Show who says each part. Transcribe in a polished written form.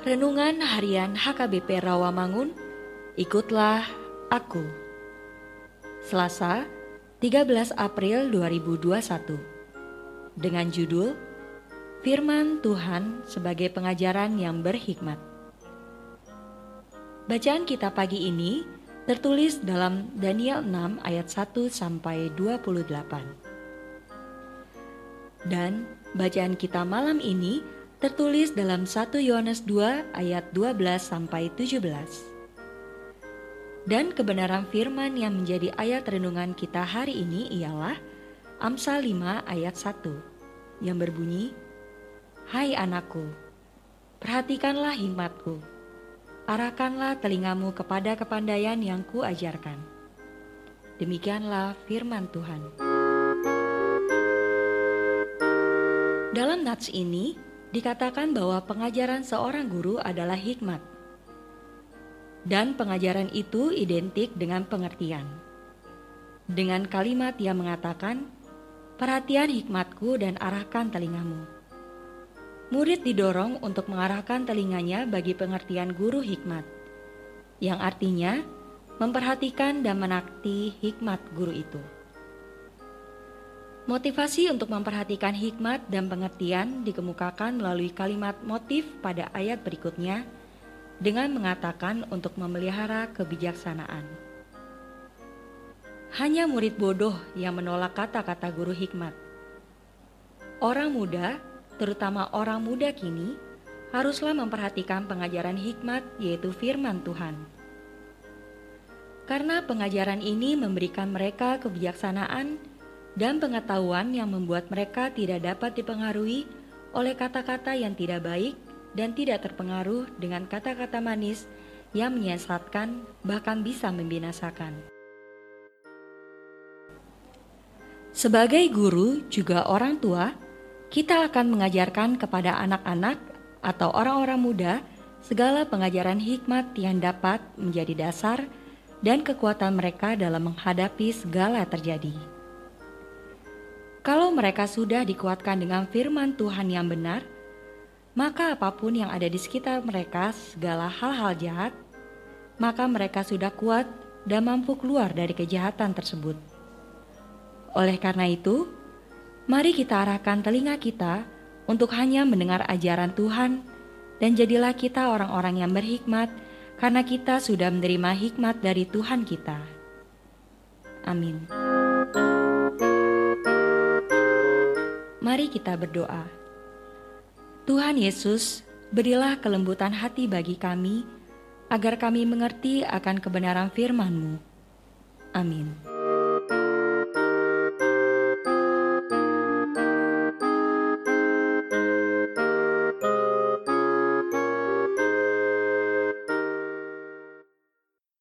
Speaker 1: Renungan Harian HKBP Rawamangun, ikutlah aku. Selasa, 13 April 2021. Dengan judul Firman Tuhan sebagai pengajaran yang berhikmat. Bacaan kita pagi ini tertulis dalam Daniel 6 ayat 1 sampai 28. Dan bacaan kita malam ini tertulis dalam 1 Yohanes 2 ayat 12 sampai 17. Dan kebenaran firman yang menjadi ayat renungan kita hari ini ialah Amsal 5 ayat 1 yang berbunyi, "Hai anakku, perhatikanlah hikmatku, arahkanlah telingamu kepada kepandaian yang kuajarkan." Demikianlah firman Tuhan. Dalam nats ini dikatakan bahwa pengajaran seorang guru adalah hikmat. Dan pengajaran itu identik dengan pengertian. Dengan kalimat yang mengatakan, "Perhatian hikmatku dan arahkan telingamu." Murid didorong untuk mengarahkan telinganya bagi pengertian guru hikmat, yang artinya memperhatikan dan menakti hikmat guru itu. Motivasi untuk memperhatikan hikmat dan pengertian dikemukakan melalui kalimat motif pada ayat berikutnya dengan mengatakan untuk memelihara kebijaksanaan. Hanya murid bodoh yang menolak kata-kata guru hikmat. Orang muda, terutama orang muda kini, haruslah memperhatikan pengajaran hikmat, yaitu firman Tuhan. Karena pengajaran ini memberikan mereka kebijaksanaan dan pengetahuan yang membuat mereka tidak dapat dipengaruhi oleh kata-kata yang tidak baik dan tidak terpengaruh dengan kata-kata manis yang menyesatkan, bahkan bisa membinasakan. Sebagai guru, juga orang tua, kita akan mengajarkan kepada anak-anak atau orang-orang muda segala pengajaran hikmat yang dapat menjadi dasar dan kekuatan mereka dalam menghadapi segala terjadi. Kalau mereka sudah dikuatkan dengan firman Tuhan yang benar, maka apapun yang ada di sekitar mereka, segala hal-hal jahat, maka mereka sudah kuat dan mampu keluar dari kejahatan tersebut. Oleh karena itu, mari kita arahkan telinga kita untuk hanya mendengar ajaran Tuhan, dan jadilah kita orang-orang yang berhikmat, karena kita sudah menerima hikmat dari Tuhan kita. Amin. Mari kita berdoa. Tuhan Yesus, berilah kelembutan hati bagi kami, agar kami mengerti akan kebenaran firman-Mu. Amin.